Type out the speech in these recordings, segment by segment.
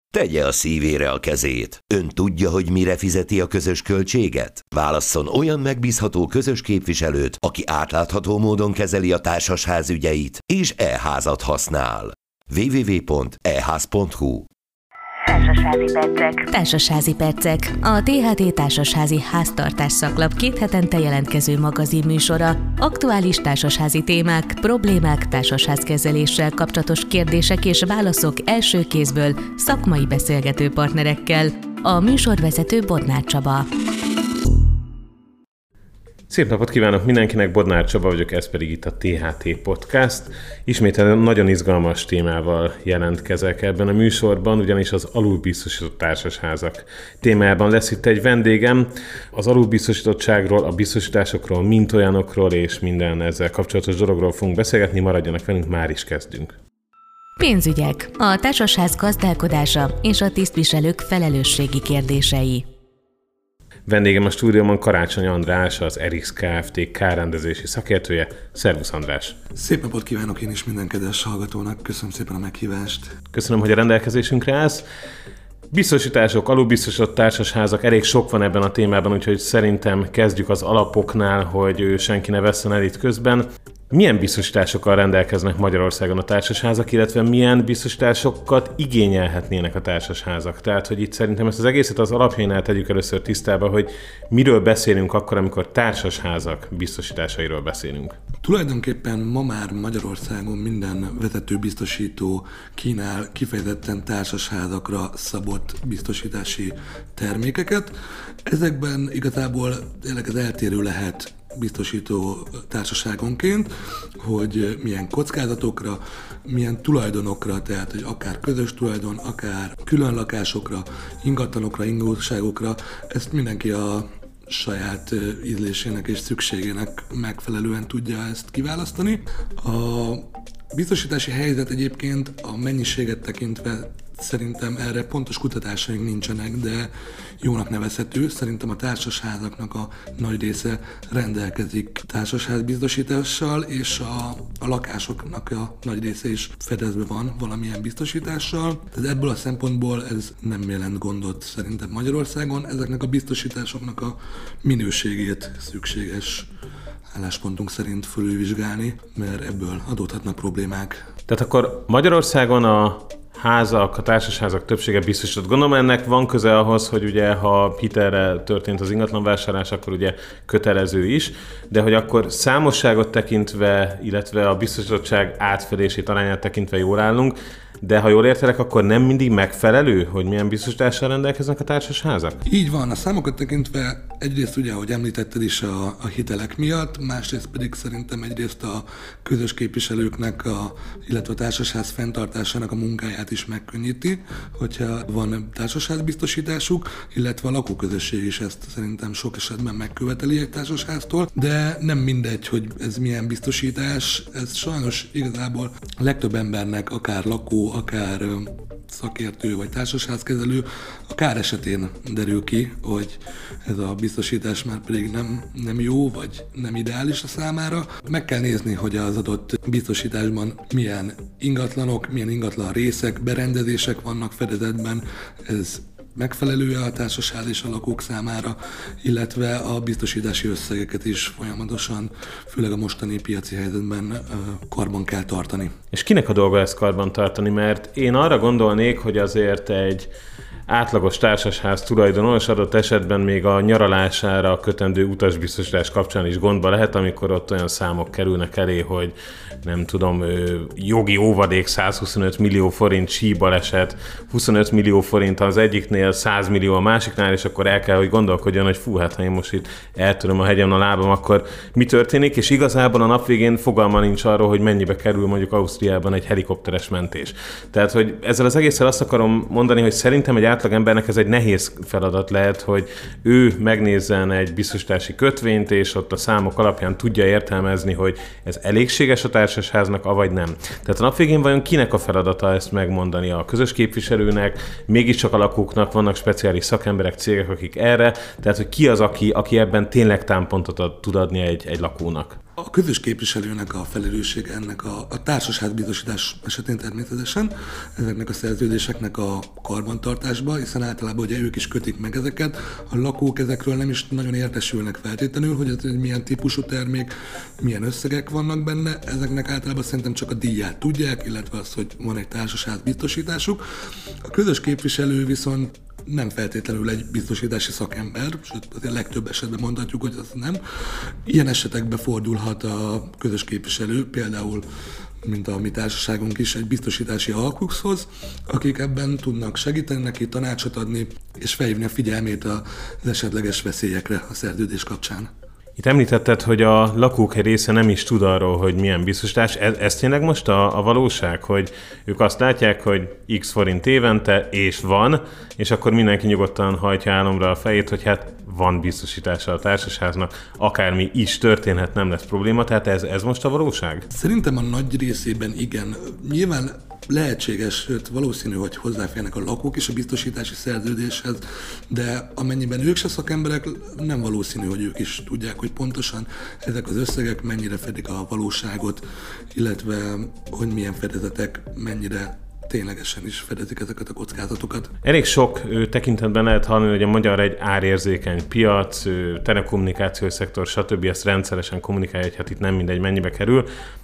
Tegye a szívére a kezét. Ön tudja, hogy mire fizeti a közös költséget? Válasszon olyan megbízható közös képviselőt, aki átlátható módon kezeli a társasház ügyeit, és e-házat használ. www.eház.hu Társasházi percek. Társasházi percek. A THT Társasházi Háztartás Szaklap 2 hetente jelentkező magazin műsora. Aktuális társasházi témák, problémák, társasházkezeléssel kapcsolatos kérdések és válaszok első kézből szakmai beszélgető partnerekkel. A műsorvezető Bodnár Csaba. Szép napot kívánok mindenkinek, Bodnár Csaba vagyok, ez pedig itt a THT Podcast. Ismét nagyon izgalmas témával jelentkezek ebben a műsorban, ugyanis az alulbiztosított társasházak témájában lesz itt egy vendégem. Az alulbiztosítottságról, a biztosításokról, mint olyanokról és minden ezzel kapcsolatos dologról fogunk beszélgetni, maradjanak velünk, már is kezdünk. Pénzügyek, a társasház gazdálkodása és a tisztviselők felelősségi kérdései. Vendégem a stúdióban Karácsony András, az ERIX Kft. Kárrendezési szakértője. Szervusz András! Szép napot kívánok én is minden kedves hallgatónak, köszönöm szépen a meghívást! Köszönöm, hogy a rendelkezésünkre állsz. Biztosítások, alulbiztosított társasházak, elég sok van ebben a témában, úgyhogy szerintem kezdjük az alapoknál, hogy senki ne vesszen el itt közben. Milyen biztosításokkal rendelkeznek Magyarországon a társasházak, illetve milyen biztosításokat igényelhetnének a társasházak? Tehát, hogy itt szerintem ezt az egészet az alapjainál tegyük először tisztába, hogy miről beszélünk akkor, amikor társasházak biztosításairól beszélünk. Tulajdonképpen ma már Magyarországon minden vezető biztosító kínál kifejezetten társasházakra szabott biztosítási termékeket. Ezekben igazából tényleg ez eltérő lehet biztosító társaságonként, hogy milyen kockázatokra, milyen tulajdonokra, tehát hogy akár közös tulajdon, akár külön lakásokra, ingatlanokra, ingóságokra, ezt mindenki a saját ízlésének és szükségének megfelelően tudja ezt kiválasztani. A biztosítási helyzet egyébként a mennyiséget tekintve szerintem erre pontos kutatásaink nincsenek, de jónak nevezhető. Szerintem a társasházaknak a nagy része rendelkezik társasházbiztosítással, és a lakásoknak a nagy része is fedezve van valamilyen biztosítással. Tehát ebből a szempontból ez nem jelent gondot szerintem Magyarországon. Ezeknek a biztosításoknak a minőségét szükséges álláspontunk szerint fölülvizsgálni, mert ebből adódhatnak problémák. Tehát akkor Magyarországon a társasházak többsége biztosított. Gondolom ennek van köze ahhoz, hogy ugye ha hitelre történt az ingatlanvásárlás, akkor ugye kötelező is, de hogy akkor számosságot tekintve, illetve a biztosítottság átfedését arányát tekintve jól állunk, de ha jól értelek, akkor nem mindig megfelelő, hogy milyen biztosítással rendelkeznek a társasházak? Így van, a számokat tekintve egyrészt ugye, ahogy említetted is a hitelek miatt, másrészt pedig szerintem egyrészt a közös képviselőknek, illetve a társasház fenntartásának a munkáját is megkönnyíti, hogyha van társasházbiztosításuk, illetve a lakóközösség is ezt szerintem sok esetben megköveteli egy társasháztól, de nem mindegy, hogy ez milyen biztosítás, ez sajnos igazából a legtöbb embernek, akár lakó, akár szakértő vagy társasházkezelő a kár esetén derül ki, hogy ez a biztosítás már pedig nem jó, vagy nem ideális a számára. Meg kell nézni, hogy az adott biztosításban milyen ingatlanok, milyen ingatlan részek, berendezések vannak fedezetben, ez megfelelő a társasház és a lakók számára, illetve a biztosítási összegeket is folyamatosan, főleg a mostani piaci helyzetben karban kell tartani. És kinek a dolga ezt karban tartani? Mert én arra gondolnék, hogy azért egy átlagos társasház tulajdonos adott esetben még a nyaralására kötendő utasbiztosítás kapcsán is gondba lehet, amikor ott olyan számok kerülnek elé, hogy nem tudom, jogi óvadék 125 millió forint, síbaleset, 25 millió forint az egyiknél, 100 millió a másiknál, és akkor el kell, hogy gondolkodjon, hogy fú, hát ha én most itt eltöröm a hegyen a lábam, akkor mi történik, és igazából a nap végén fogalma nincs arról, hogy mennyibe kerül mondjuk Ausztriában egy helikopteres mentés. Tehát, hogy ezzel az egésszel azt akarom mondani, hogy szerintem egy átlagembernek ez egy nehéz feladat lehet, hogy ő megnézzen egy biztosítási kötvényt, és ott a számok alapján tudja értelmezni, hogy ez elégséges a társasháznak, avagy nem. Tehát a nap végén vajon kinek a feladata ezt megmondani? A közös képviselőnek, mégiscsak a lakóknak, vannak speciális szakemberek, cégek, akik erre, tehát hogy ki az, aki ebben tényleg támpontot tud adni egy lakónak? A közös képviselőnek a felelősség ennek a társasházbiztosítás esetén természetesen ezeknek a szerződéseknek a karbantartásba, hiszen általában ugye ők is kötik meg ezeket, a lakók ezekről nem is nagyon értesülnek feltétlenül, hogy ez milyen típusú termék, milyen összegek vannak benne, ezeknek általában szerintem csak a díját tudják, illetve az, hogy van egy társasházbiztosításuk. A közös képviselő viszont nem feltétlenül egy biztosítási szakember, sőt, azért legtöbb esetben mondhatjuk, hogy az nem. Ilyen esetekben fordulhat a közös képviselő, például, mint a mi társaságunk is, egy biztosítási alkuxhoz, akik ebben tudnak segíteni neki, tanácsot adni, és felhívni a figyelmét az esetleges veszélyekre a szerződés kapcsán. Itt említetted, hogy a lakók egy része nem is tud arról, hogy milyen biztosítás. Ez tényleg most a valóság, hogy ők azt látják, hogy x forint évente, és van, és akkor mindenki nyugodtan hajtja álomra a fejét, hogy hát van biztosítása a társasháznak, akármi is történhet, nem lesz probléma. Tehát ez most a valóság? Szerintem a nagy részében igen. Nyilván lehetséges, sőt valószínű, hogy hozzáférnek a lakók is a biztosítási szerződéshez, de amennyiben ők se szakemberek, nem valószínű, hogy ők is tudják, hogy pontosan ezek az összegek mennyire fedik a valóságot, illetve hogy milyen fedezetek mennyire ténylegesen is fedezik ezeket a kockázatokat. Elég sok tekintetben lehet hallani, hogy a magyar egy árérzékeny piac, telekommunikációs szektor, stb. Ezt rendszeresen kommunikálja, hogy hát itt nem mindegy, mennyibe kerül.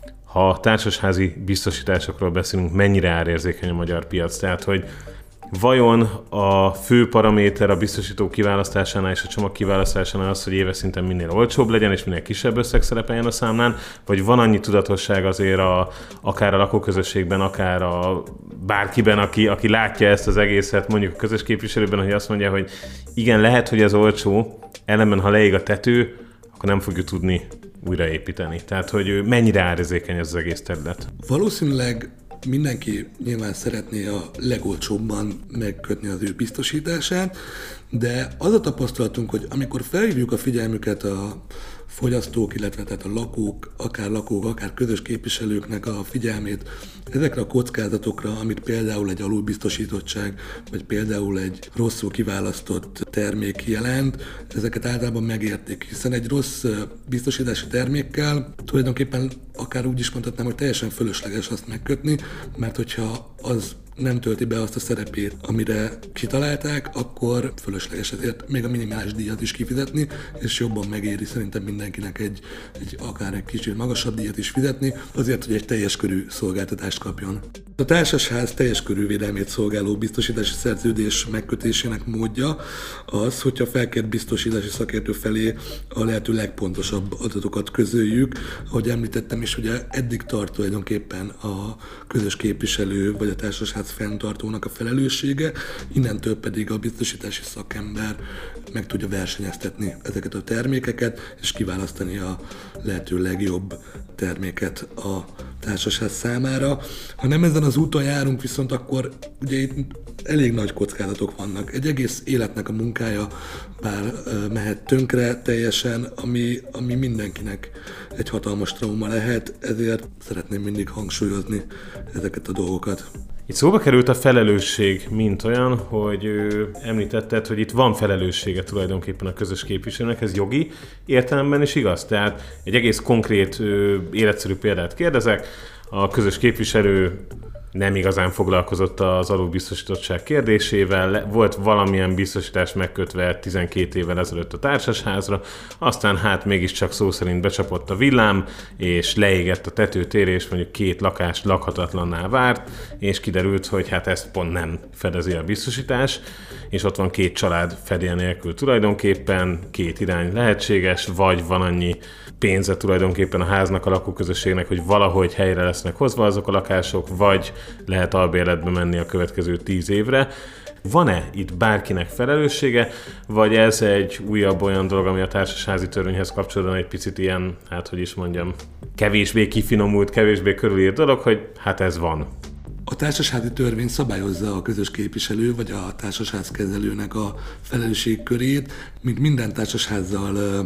Ha társasházi biztosításokról beszélünk, mennyire árérzékeny a magyar piac? Tehát, hogy vajon a fő paraméter a biztosító kiválasztásánál és a csomag kiválasztásánál az, hogy éves szinten minél olcsóbb legyen és minél kisebb összeg szerepeljen a számlán, vagy van annyi tudatosság azért akár a lakóközösségben, akár bárkiben, aki látja ezt az egészet, mondjuk a közös képviselőben, hogy azt mondja, hogy igen, lehet, hogy ez olcsó, ellenben ha leég a tető, akkor nem fogjuk tudni újraépíteni. Tehát, hogy mennyire árérzékeny ez az egész terület? Valószínűleg mindenki nyilván szeretné a legolcsóbban megkötni az ő biztosítását, de az a tapasztalatunk, hogy amikor felhívjuk a figyelmüket a fogyasztók, illetve tehát a lakók, akár közös képviselőknek a figyelmét ezekre a kockázatokra, amit például egy alulbiztosítottság, vagy például egy rosszul kiválasztott termék jelent, ezeket általában megértik, hiszen egy rossz biztosítási termékkel tulajdonképpen akár úgy is mondhatnám, hogy teljesen fölösleges azt megkötni, mert hogyha az nem tölti be azt a szerepét, amire kitalálták, akkor fölösleges ezért még a minimális díjat is kifizetni, és jobban megéri szerintem mindenkinek akár egy kicsit magasabb díjat is fizetni, azért, hogy egy teljes körű szolgáltatást kapjon. A társasház teljes körű védelmét szolgáló biztosítási szerződés megkötésének módja az, hogyha felkért biztosítási szakértő felé a lehető legpontosabb adatokat közöljük. Ahogy említettem is, ugye eddig tart tulajdonképpen a közös képviselő vagy a társasház fenntartónak a felelőssége, innentől pedig a biztosítási szakember meg tudja versenyeztetni ezeket a termékeket, és kiválasztani a lehető legjobb terméket a társasház számára. Ha nem ezen az úton járunk, viszont akkor ugye itt elég nagy kockázatok vannak. Egy egész életnek a munkája már mehet tönkre teljesen, ami mindenkinek egy hatalmas trauma lehet, ezért szeretném mindig hangsúlyozni ezeket a dolgokat. Itt szóba került a felelősség, mint olyan, hogy említetted, hogy itt van felelőssége tulajdonképpen a közös képviselőnek, ez jogi értelemben is igaz. Tehát egy egész konkrét életszerű példát kérdezek, a közös képviselő nem igazán foglalkozott az alulbiztosítottság kérdésével, volt valamilyen biztosítás megkötve 12 évvel ezelőtt a társasházra, aztán hát mégiscsak szó szerint becsapott a villám, és leégett a tetőtér, és mondjuk 2 lakást lakhatatlanná várt, és kiderült, hogy hát ezt pont nem fedezi a biztosítás, és ott van 2 család fedél nélkül tulajdonképpen, 2 irány lehetséges, vagy van annyi pénze tulajdonképpen a háznak, a lakóközösségnek, hogy valahogy helyre lesznek hozva azok a lakások, vagy lehet albérletbe menni a következő 10 évre. Van-e itt bárkinek felelőssége, vagy ez egy újabb olyan dolog, ami a társasházi törvényhez kapcsolódóan egy picit ilyen, hát hogy is mondjam, kevésbé kifinomult, kevésbé körülírt dolog, hogy hát ez van. A társasházi törvény szabályozza a közös képviselő vagy a társasházkezelőnek a felelősségkörét, mint minden társasházzal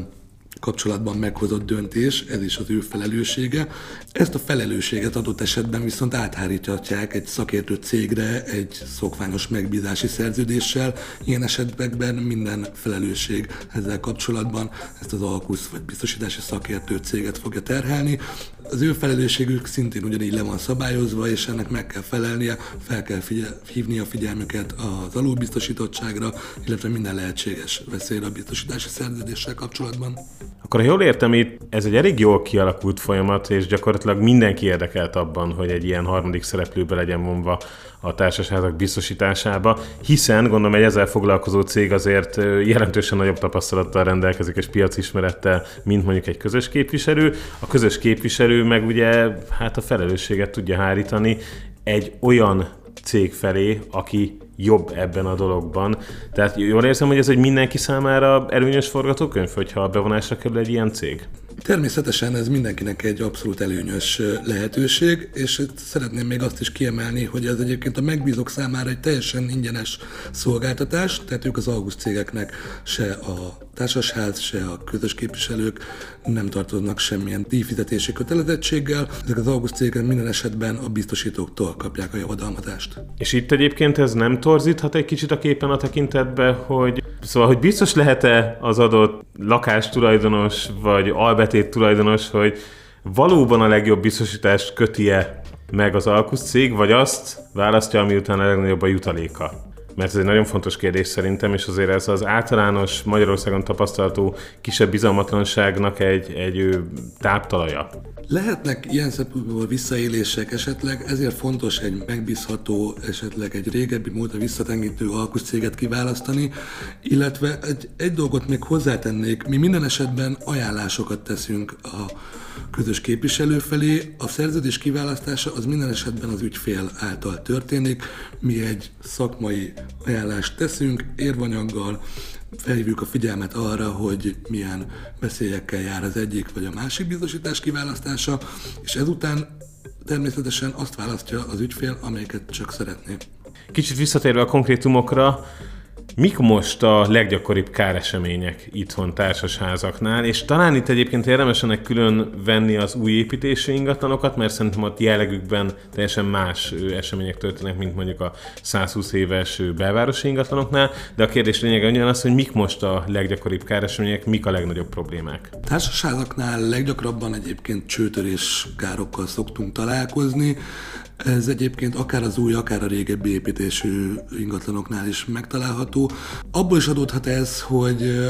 kapcsolatban meghozott döntés, ez is az ő felelőssége. Ezt a felelősséget adott esetben viszont átháríthatják egy szakértő cégre egy szokványos megbízási szerződéssel. Ilyen esetekben minden felelősség ezzel kapcsolatban ezt az alkusz vagy biztosítási szakértő céget fogja terhelni. Az ő felelősségük szintén ugyanígy le van szabályozva, és ennek meg kell felelnie, fel kell hívni a figyelmüket az alulbiztosítottságra, illetve minden lehetséges veszélyre a biztosítási szerződéssel kapcsolatban. Akkor ha jól értem, itt ez egy elég jól kialakult folyamat, és gyakorlatilag mindenki érdekelt abban, hogy egy ilyen harmadik szereplőbe legyen vonva a társasházak biztosításába, hiszen gondolom egy ezzel foglalkozó cég azért jelentősen nagyobb tapasztalattal rendelkezik és piacismerettel, mint mondjuk egy közös képviselő. A közös képviselő meg ugye hát a felelősséget tudja hárítani egy olyan cég felé, aki jobb ebben a dologban. Tehát jól érzem, hogy ez egy mindenki számára előnyös forgatókönyv, hogyha bevonásra kerül egy ilyen cég? Természetesen ez mindenkinek egy abszolút előnyös lehetőség, és szeretném még azt is kiemelni, hogy ez egyébként a megbízók számára egy teljesen ingyenes szolgáltatás, tehát ők az alkusz cégeknek se a társasház, se a közös képviselők nem tartoznak semmilyen díjfizetési kötelezettséggel. Ezek az alkusz cégek minden esetben a biztosítóktól kapják a javadalmazást. És itt egyébként ez nem torzíthat egy kicsit a képen a tekintetben, hogy biztos lehet-e az adott lakástulajdonos vagy albetét tulajdonos, hogy valóban a legjobb biztosítást köti-e meg az alkusz cég, vagy azt választja, ami után a legnagyobb a jutaléka? Mert ez egy nagyon fontos kérdés szerintem, és azért ez az általános Magyarországon tapasztalható kisebb bizalmatlanságnak egy táptalaja. Lehetnek ilyen szempontból visszaélések esetleg, ezért fontos egy megbízható, esetleg egy régebbi múltra visszatengítő alkusz céget kiválasztani, illetve egy dolgot még hozzátennék, mi minden esetben ajánlásokat teszünk a közös képviselő felé. A szerződés kiválasztása az minden esetben az ügyfél által történik. Mi egy szakmai ajánlást teszünk, érvanyaggal, felhívjuk a figyelmet arra, hogy milyen veszélyekkel jár az egyik vagy a másik biztosítás kiválasztása, és ezután természetesen azt választja az ügyfél, amelyiket csak szeretné. Kicsit visszatérve a konkrétumokra, mik most a leggyakoribb káresemények itthon társasházaknál, és talán itt egyébként érdemes ennek külön venni az új építésű ingatlanokat, mert szerintem ott jellegükben teljesen más események történnek, mint mondjuk a 120 éves belvárosi ingatlanoknál, de a kérdés lényege ugyanaz, hogy mik most a leggyakoribb káresemények, mik a legnagyobb problémák. Társasházaknál leggyakrabban egyébként csőtörés károkkal szoktunk találkozni. Ez egyébként akár az új, akár a régebbi építésű ingatlanoknál is megtalálható. Abból is adódhat ez, hogy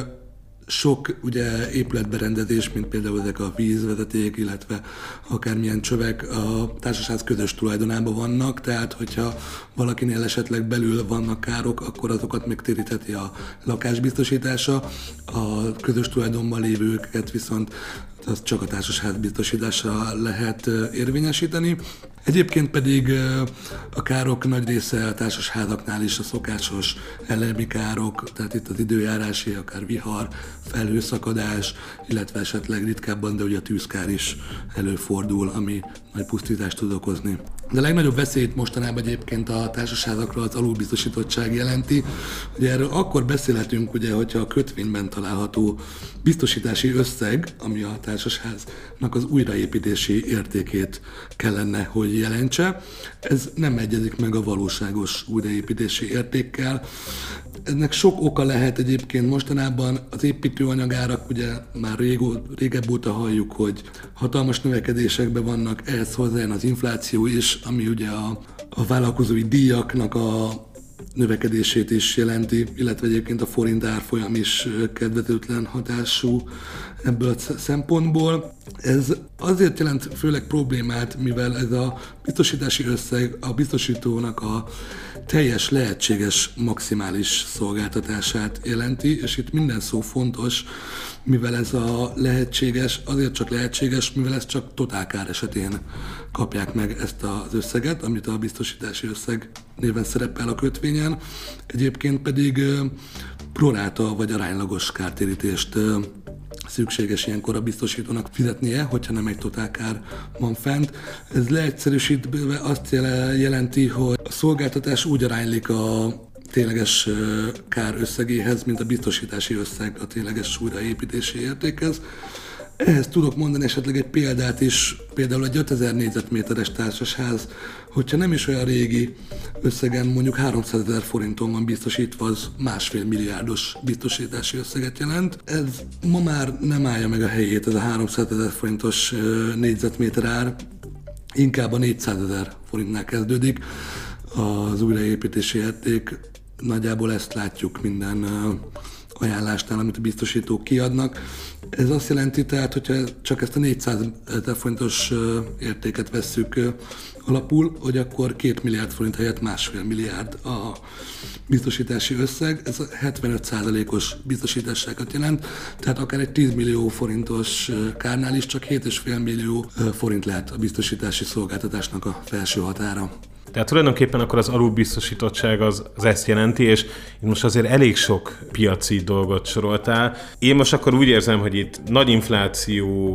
sok ugye épületberendezés, mint például ezek a vízvezeték, illetve akármilyen csövek a társasház közös tulajdonában vannak, tehát hogyha valakinél esetleg belül vannak károk, akkor azokat megtérítheti a lakásbiztosítása, a közös tulajdonban lévőket viszont az csak a társasház biztosításra lehet érvényesíteni. Egyébként pedig a károk nagy része a társasházaknál is a szokásos elemi károk, tehát itt az időjárási, akár vihar, felhőszakadás, illetve esetleg ritkábban, de ugye a tűzkár is előfordul, ami nagy pusztítást tud okozni. De a legnagyobb veszélyt mostanában egyébként a társasházakra az alulbiztosítottság jelenti. Ugye erről akkor beszélhetünk, ugye, hogyha a kötvényben található biztosítási összeg, ami a társasháznak az újraépítési értékét kellene, hogy jelentse. Ez nem egyezik meg a valóságos újraépítési értékkel. Ennek sok oka lehet egyébként mostanában. Az építőanyagárak, ugye már régebb óta halljuk, hogy hatalmas növekedésekben vannak, ehhez hozzájön az infláció is, ami ugye a vállalkozói díjaknak a növekedését is jelenti, illetve egyébként a forint árfolyam is kedvezőtlen hatású ebből a szempontból. Ez azért jelent főleg problémát, mivel ez a biztosítási összeg a biztosítónak a teljes lehetséges maximális szolgáltatását jelenti, és itt minden szó fontos, mivel ez a lehetséges, azért csak lehetséges, mivel ez csak totálkár esetén kapják meg ezt az összeget, amit a biztosítási összeg néven szerepel a kötvényen. Egyébként pedig proráta vagy aránylagos kártérítést szükséges ilyenkor a biztosítónak fizetnie, hogyha nem egy totálkár van fent. Ez leegyszerűsítve azt jelenti, hogy a szolgáltatás úgy aránylik a tényleges kár összegéhez, mint a biztosítási összeg a tényleges újraépítési értékhez. Ehhez tudok mondani esetleg egy példát is, például egy 5000 négyzetméteres társasház, hogyha nem is olyan régi összegen, mondjuk 300 000 forinton van biztosítva, az 1,5 milliárdos biztosítási összeget jelent. Ez ma már nem állja meg a helyét, ez a 300 000 forintos négyzetméter ár, inkább a 400 000 forintnál kezdődik az újraépítési érték. Nagyjából ezt látjuk minden ajánlásnál, amit a biztosítók kiadnak. Ez azt jelenti tehát, hogyha csak ezt a 400 000 forintos értéket vesszük alapul, hogy akkor 2 milliárd forint helyett 1,5 milliárd a biztosítási összeg. Ez 75%-os biztosításságot jelent, tehát akár egy 10 millió forintos kárnál is csak 7,5 millió forint lehet a biztosítási szolgáltatásnak a felső határa. Tehát tulajdonképpen akkor az alulbiztosítottság az ezt jelenti, és itt most azért elég sok piaci dolgot soroltál. Én most akkor úgy érzem, hogy itt nagy infláció,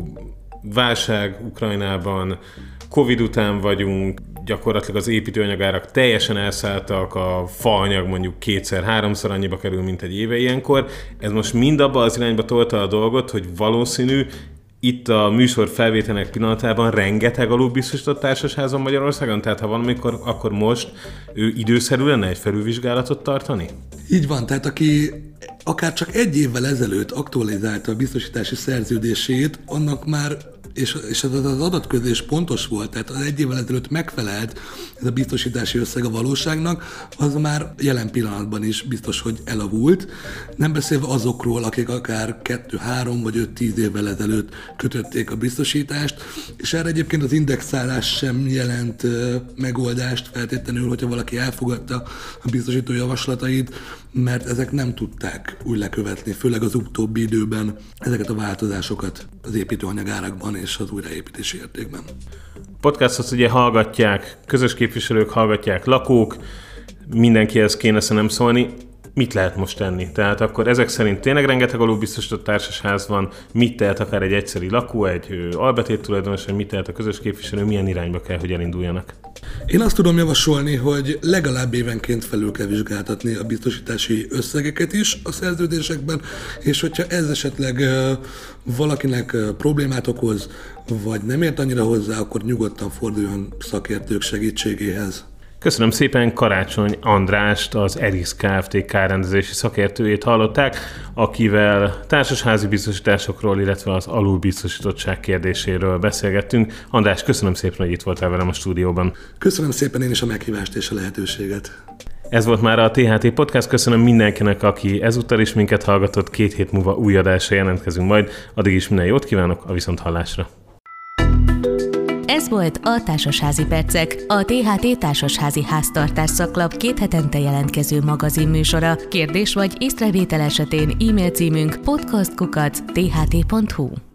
válság Ukrajnában, Covid után vagyunk, gyakorlatilag az építőanyagárak teljesen elszálltak, a faanyag mondjuk 2-3-szor annyiba kerül, mint egy éve ilyenkor. Ez most mind abba az irányba tolta a dolgot, hogy valószínű, itt a műsor felvételnek pillanatában rengeteg alulbiztosított társasház van Magyarországon, tehát ha valamikor, akkor most ő időszerű lenne egy felülvizsgálatot tartani? Így van, tehát aki akár csak egy évvel ezelőtt aktualizálta a biztosítási szerződését, annak már, és ez az adatközlés pontos volt, tehát az egy évvel ezelőtt megfelelt ez a biztosítási összeg a valóságnak, az már jelen pillanatban is biztos, hogy elavult. Nem beszélve azokról, akik akár 2, 3 vagy 5-10 évvel ezelőtt kötötték a biztosítást, és erre egyébként az indexálás sem jelent megoldást feltétlenül, hogyha valaki elfogadta a biztosító javaslatait, mert ezek nem tudták úgy lekövetni, főleg az utóbbi időben ezeket a változásokat az építőanyagárakban és az újraépítési értékben. Podcastot ugye hallgatják, közös képviselők hallgatják, lakók, mindenkihez kéne nem szólni. Mit lehet most tenni? Tehát akkor ezek szerint tényleg rengeteg alulbiztosított társasház van, mit tehet akár egy egyszeri lakó, egy albetét tulajdonos, vagy mit tehet a közös képviselő, milyen irányba kell, hogy elinduljanak? Én azt tudom javasolni, hogy legalább évenként felül kell vizsgáltatni a biztosítási összegeket is a szerződésekben, és hogyha ez esetleg valakinek problémát okoz, vagy nem ért annyira hozzá, akkor nyugodtan forduljon szakértők segítségéhez. Köszönöm szépen, Karácsony Andrást, az ERISZ Kft. Kárrendezési szakértőjét hallották, akivel társasházi biztosításokról, illetve az alulbiztosítottság kérdéséről beszélgettünk. András, köszönöm szépen, hogy itt voltál velem a stúdióban. Köszönöm szépen én is a meghívást és a lehetőséget. Ez volt már a THT Podcast, köszönöm mindenkinek, aki ezúttal is minket hallgatott, 2 hét múlva új adásra jelentkezünk majd, addig is minden jót kívánok, a viszonthallásra. Ez volt a Társasházi Percek, a THT Társasházi Háztartás Szaklap 2 hetente jelentkező magazinműsora. Kérdés vagy észrevétel esetén e-mail címünk podcast@tht.hu.